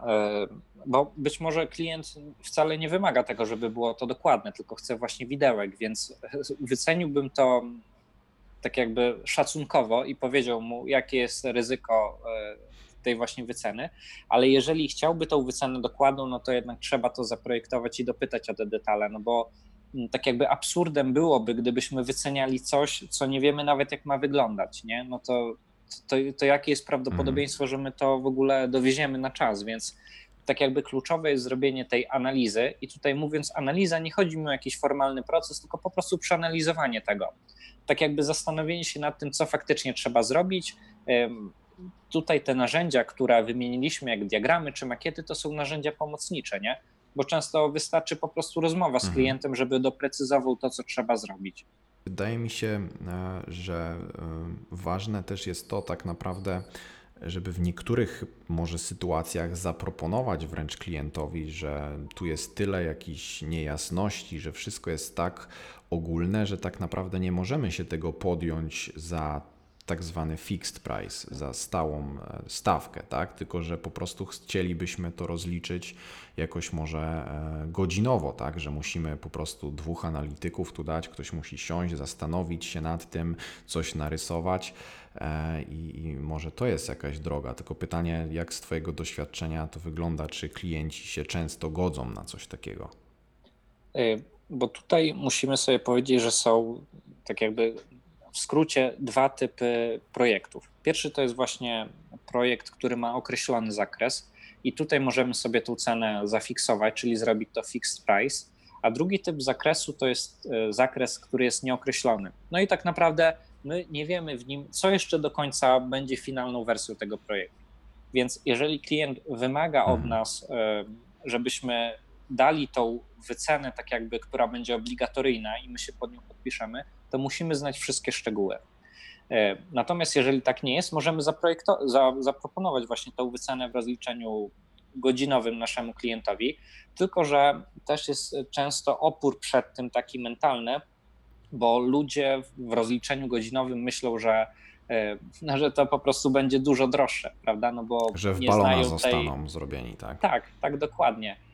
B: bo być może klient wcale nie wymaga tego, żeby było to dokładne, tylko chce właśnie widełek, więc wyceniłbym to tak jakby szacunkowo i powiedział mu, jakie jest ryzyko tej właśnie wyceny, ale jeżeli chciałby tą wycenę dokładną, no to jednak trzeba to zaprojektować i dopytać o te detale, no bo tak jakby absurdem byłoby, gdybyśmy wyceniali coś, co nie wiemy nawet jak ma wyglądać, nie? No to jakie jest prawdopodobieństwo, że my to w ogóle dowieziemy na czas, więc tak jakby kluczowe jest zrobienie tej analizy i tutaj mówiąc analiza, nie chodzi mi o jakiś formalny proces, tylko po prostu przeanalizowanie tego. Tak jakby zastanowienie się nad tym, co faktycznie trzeba zrobić. Tutaj te narzędzia, które wymieniliśmy, jak diagramy czy makiety, to są narzędzia pomocnicze, nie? Bo często wystarczy po prostu rozmowa z klientem, żeby doprecyzował to, co trzeba zrobić.
A: Wydaje mi się, że ważne też jest to tak naprawdę, żeby w niektórych może sytuacjach zaproponować wręcz klientowi, że tu jest tyle jakichś niejasności, że wszystko jest tak ogólne, że tak naprawdę nie możemy się tego podjąć za tak zwany fixed price, za stałą stawkę, tak? Tylko że po prostu chcielibyśmy to rozliczyć jakoś może godzinowo, tak? Że musimy po prostu 2 analityków tu dać, ktoś musi siąść, zastanowić się nad tym, coś narysować i może to jest jakaś droga. Tylko pytanie, jak z Twojego doświadczenia to wygląda, czy klienci się często godzą na coś takiego?
B: Bo tutaj musimy sobie powiedzieć, że są tak jakby w skrócie 2 typy projektów. Pierwszy to jest właśnie projekt, który ma określony zakres i tutaj możemy sobie tą cenę zafiksować, czyli zrobić to fixed price, a drugi typ zakresu to jest zakres, który jest nieokreślony. No i tak naprawdę my nie wiemy w nim, co jeszcze do końca będzie finalną wersją tego projektu. Więc jeżeli klient wymaga od nas, żebyśmy dali tą wycenę, tak jakby, która będzie obligatoryjna i my się pod nią podpiszemy, to musimy znać wszystkie szczegóły. Natomiast jeżeli tak nie jest, możemy zaproponować właśnie tą wycenę w rozliczeniu godzinowym naszemu klientowi, tylko że też jest często opór przed tym taki mentalny, bo ludzie w rozliczeniu godzinowym myślą, że to po prostu będzie dużo droższe, prawda? No bo
A: że w
B: nie
A: balona
B: znają
A: zostaną zrobieni, tak?
B: Tak, dokładnie.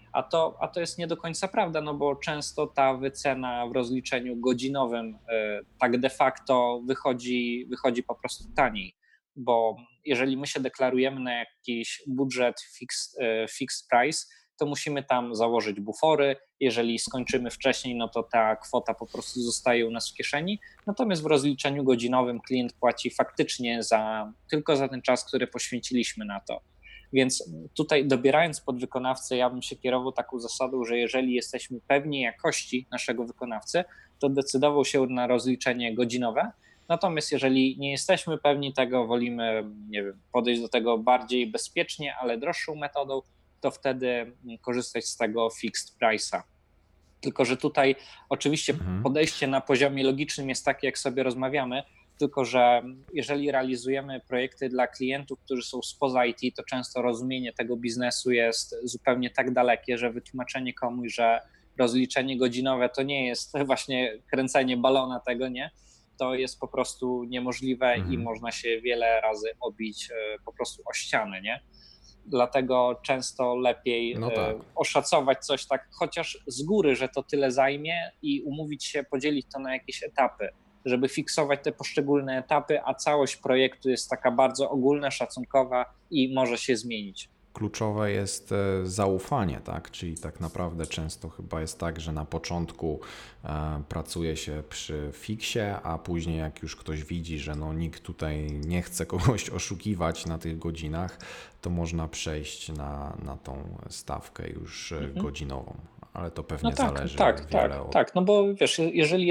B: A to jest nie do końca prawda, no bo często ta wycena w rozliczeniu godzinowym tak de facto wychodzi po prostu taniej, bo jeżeli my się deklarujemy na jakiś budżet fixed price, to musimy tam założyć bufory. Jeżeli skończymy wcześniej, no to ta kwota po prostu zostaje u nas w kieszeni. Natomiast w rozliczeniu godzinowym klient płaci faktycznie tylko za ten czas, który poświęciliśmy na to. Więc tutaj dobierając podwykonawcę, ja bym się kierował taką zasadą, że jeżeli jesteśmy pewni jakości naszego wykonawcy, to decydował się na rozliczenie godzinowe. Natomiast jeżeli nie jesteśmy pewni tego, wolimy, nie wiem, podejść do tego bardziej bezpiecznie, ale droższą metodą, to wtedy korzystać z tego fixed price'a. Tylko że tutaj oczywiście podejście na poziomie logicznym jest takie, jak sobie rozmawiamy, tylko że jeżeli realizujemy projekty dla klientów, którzy są spoza IT, to często rozumienie tego biznesu jest zupełnie tak dalekie, że wytłumaczenie komuś, że rozliczenie godzinowe to nie jest właśnie kręcenie balona tego, nie? To jest po prostu niemożliwe i można się wiele razy obić po prostu o ścianę, nie? Dlatego często lepiej oszacować coś tak chociaż z góry, że to tyle zajmie i umówić się, podzielić to na jakieś etapy, żeby fiksować te poszczególne etapy, a całość projektu jest taka bardzo ogólna, szacunkowa i może się zmienić.
A: Kluczowe jest zaufanie, tak? Czyli tak naprawdę często chyba jest tak, że na początku pracuje się przy fiksie, a później jak już ktoś widzi, że no nikt tutaj nie chce kogoś oszukiwać na tych godzinach, to można przejść na tą stawkę już godzinową, ale to pewnie zależy wiele od...
B: Tak, no bo wiesz, jeżeli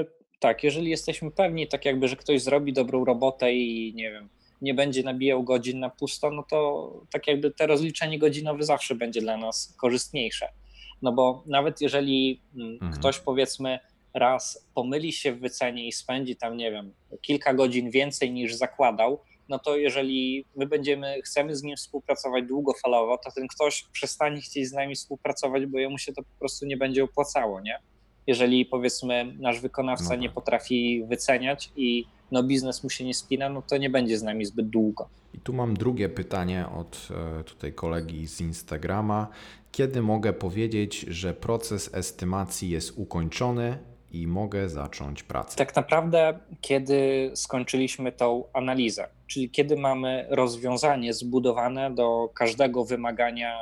B: jesteśmy pewni, tak jakby, że ktoś zrobi dobrą robotę i nie wiem, nie będzie nabijał godzin na pusto, no to tak jakby te rozliczenie godzinowe zawsze będzie dla nas korzystniejsze. No bo nawet jeżeli ktoś powiedzmy raz pomyli się w wycenie i spędzi tam, nie wiem, kilka godzin więcej niż zakładał, no to jeżeli my chcemy z nim współpracować długofalowo, to ten ktoś przestanie chcieć z nami współpracować, bo jemu się to po prostu nie będzie opłacało, nie? Jeżeli powiedzmy nasz wykonawca nie potrafi wyceniać i biznes mu się nie spina, no to nie będzie z nami zbyt długo.
A: I tu mam drugie pytanie od tutaj kolegi z Instagrama. Kiedy mogę powiedzieć, że proces estymacji jest ukończony i mogę zacząć pracę?
B: Tak naprawdę, kiedy skończyliśmy tą analizę, czyli kiedy mamy rozwiązanie zbudowane do każdego wymagania,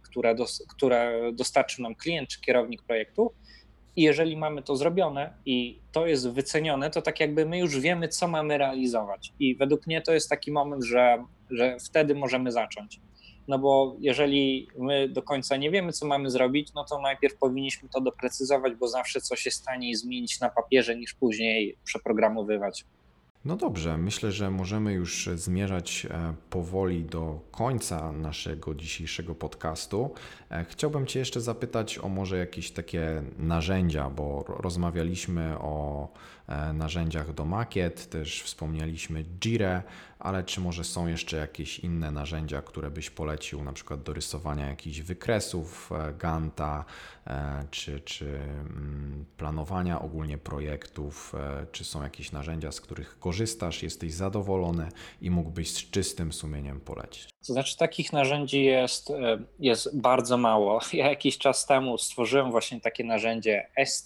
B: które dostarczy nam klient czy kierownik projektu, i jeżeli mamy to zrobione i to jest wycenione, to tak jakby my już wiemy, co mamy realizować. I według mnie to jest taki moment, że wtedy możemy zacząć. No bo jeżeli my do końca nie wiemy, co mamy zrobić, no to najpierw powinniśmy to doprecyzować, bo zawsze coś jest taniej zmienić na papierze niż później przeprogramowywać.
A: No dobrze, myślę, że możemy już zmierzać powoli do końca naszego dzisiejszego podcastu. Chciałbym Cię jeszcze zapytać o może jakieś takie narzędzia, bo rozmawialiśmy o narzędziach do makiet, też wspomnieliśmy Jirę, ale czy może są jeszcze jakieś inne narzędzia, które byś polecił, na przykład do rysowania jakichś wykresów Ganta, czy planowania ogólnie projektów, czy są jakieś narzędzia, z których korzystasz, jesteś zadowolony i mógłbyś z czystym sumieniem polecić?
B: To znaczy takich narzędzi jest bardzo mało. Ja jakiś czas temu stworzyłem właśnie takie narzędzie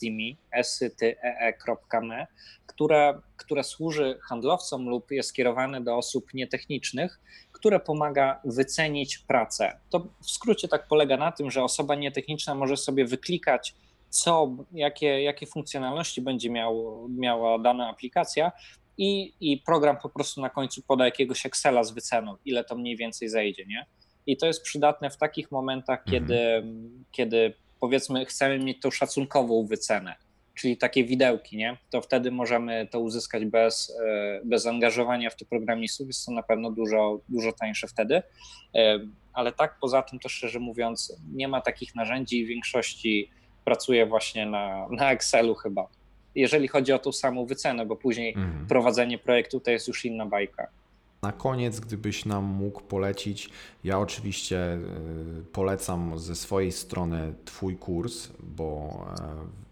B: Estime, które służy handlowcom lub jest skierowane do osób nietechnicznych, które pomaga wycenić pracę. To w skrócie tak polega na tym, że osoba nietechniczna może sobie wyklikać, jakie funkcjonalności będzie miała dana aplikacja, i program po prostu na końcu poda jakiegoś Excela z wyceną, ile to mniej więcej zejdzie, nie? I to jest przydatne w takich momentach, kiedy powiedzmy chcemy mieć tą szacunkową wycenę, czyli takie widełki, nie? To wtedy możemy to uzyskać bez zaangażowania w to programistów, jest to na pewno dużo tańsze wtedy, ale tak poza tym to szczerze mówiąc nie ma takich narzędzi i w większości pracuję właśnie na Excelu chyba. Jeżeli chodzi o tą samą wycenę, bo później prowadzenie projektu to jest już inna bajka.
A: Na koniec, gdybyś nam mógł polecić, ja oczywiście polecam ze swojej strony Twój kurs, bo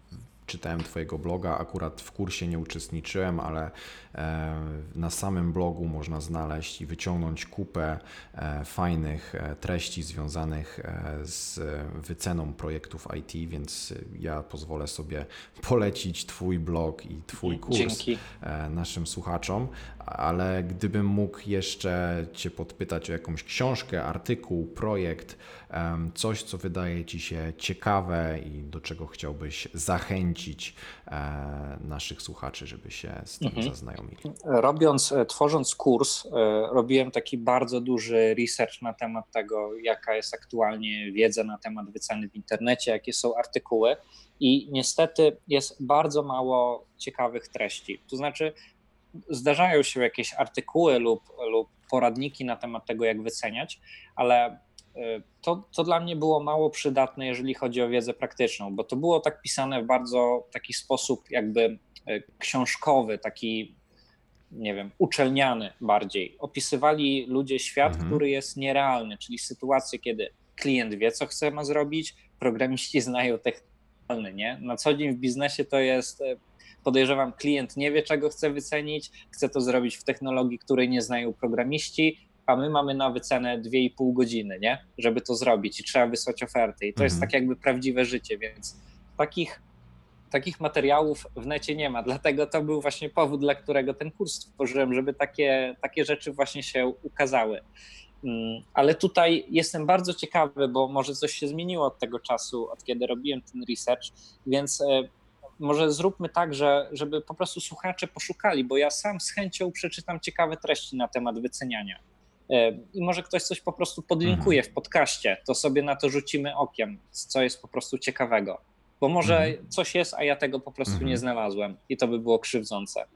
A: czytałem Twojego bloga, akurat w kursie nie uczestniczyłem, ale na samym blogu można znaleźć i wyciągnąć kupę fajnych treści związanych z wyceną projektów IT, więc ja pozwolę sobie polecić Twój blog i Twój kurs
B: Dzięki.
A: naszym słuchaczom, ale gdybym mógł jeszcze Cię podpytać o jakąś książkę, artykuł, projekt, coś, co wydaje Ci się ciekawe i do czego chciałbyś zachęcić naszych słuchaczy, żeby się z tym zaznajomili.
B: Tworząc kurs, robiłem taki bardzo duży research na temat tego, jaka jest aktualnie wiedza na temat wyceny w internecie, jakie są artykuły i niestety jest bardzo mało ciekawych treści. To znaczy zdarzają się jakieś artykuły lub poradniki na temat tego, jak wyceniać, ale to dla mnie było mało przydatne, jeżeli chodzi o wiedzę praktyczną, bo to było tak pisane w bardzo taki sposób jakby książkowy, taki, nie wiem, uczelniany bardziej. Opisywali ludzie świat, który jest nierealny, czyli sytuację, kiedy klient wie, co ma zrobić, programiści znają technologię, nie? Na co dzień w biznesie to jest, podejrzewam, klient nie wie, czego chce wycenić, chce to zrobić w technologii, której nie znają programiści, a my mamy na wycenę 2,5 godziny, nie? Żeby to zrobić i trzeba wysłać oferty. I to jest tak jakby prawdziwe życie, więc takich materiałów w necie nie ma. Dlatego to był właśnie powód, dla którego ten kurs stworzyłem, żeby takie rzeczy właśnie się ukazały. Ale tutaj jestem bardzo ciekawy, bo może coś się zmieniło od tego czasu, od kiedy robiłem ten research, więc może zróbmy tak, żeby po prostu słuchacze poszukali, bo ja sam z chęcią przeczytam ciekawe treści na temat wyceniania. I może ktoś coś po prostu podlinkuje w podcaście, to sobie na to rzucimy okiem, co jest po prostu ciekawego. Bo może coś jest, a ja tego po prostu nie znalazłem i to by było krzywdzące.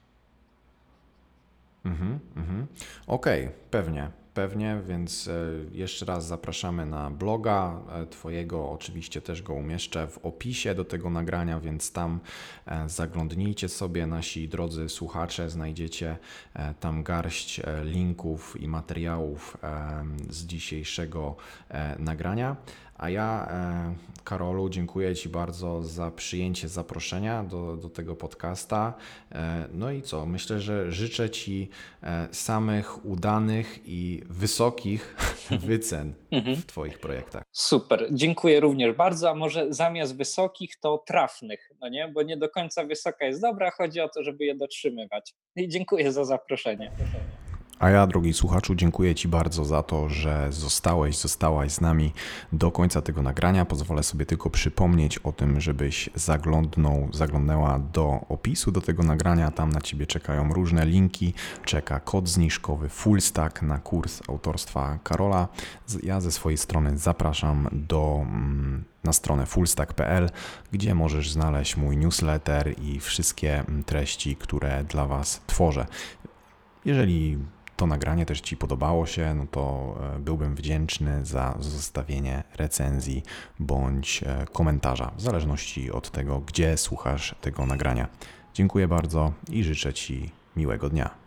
A: Okej, pewnie, więc jeszcze raz zapraszamy na bloga Twojego, oczywiście też go umieszczę w opisie do tego nagrania, więc tam zaglądnijcie sobie, nasi drodzy słuchacze, znajdziecie tam garść linków i materiałów z dzisiejszego nagrania. A ja, Karolu, dziękuję Ci bardzo za przyjęcie zaproszenia do tego podcasta. No i co? Myślę, że życzę Ci samych udanych i wysokich wycen w Twoich projektach.
B: Super, dziękuję również bardzo, a może zamiast wysokich to trafnych, no nie? Bo nie do końca wysoka jest dobra, chodzi o to, żeby je dotrzymywać. I dziękuję za zaproszenie.
A: A ja, drogi słuchaczu, dziękuję Ci bardzo za to, że zostałaś z nami do końca tego nagrania. Pozwolę sobie tylko przypomnieć o tym, żebyś zaglądnęła do opisu do tego nagrania. Tam na Ciebie czekają różne linki, czeka kod zniżkowy Fullstack na kurs autorstwa Karola. Ja ze swojej strony zapraszam na stronę fullstack.pl, gdzie możesz znaleźć mój newsletter i wszystkie treści, które dla Was tworzę. Jeżeli to nagranie też Ci podobało się, no to byłbym wdzięczny za zostawienie recenzji bądź komentarza, w zależności od tego, gdzie słuchasz tego nagrania. Dziękuję bardzo i życzę Ci miłego dnia.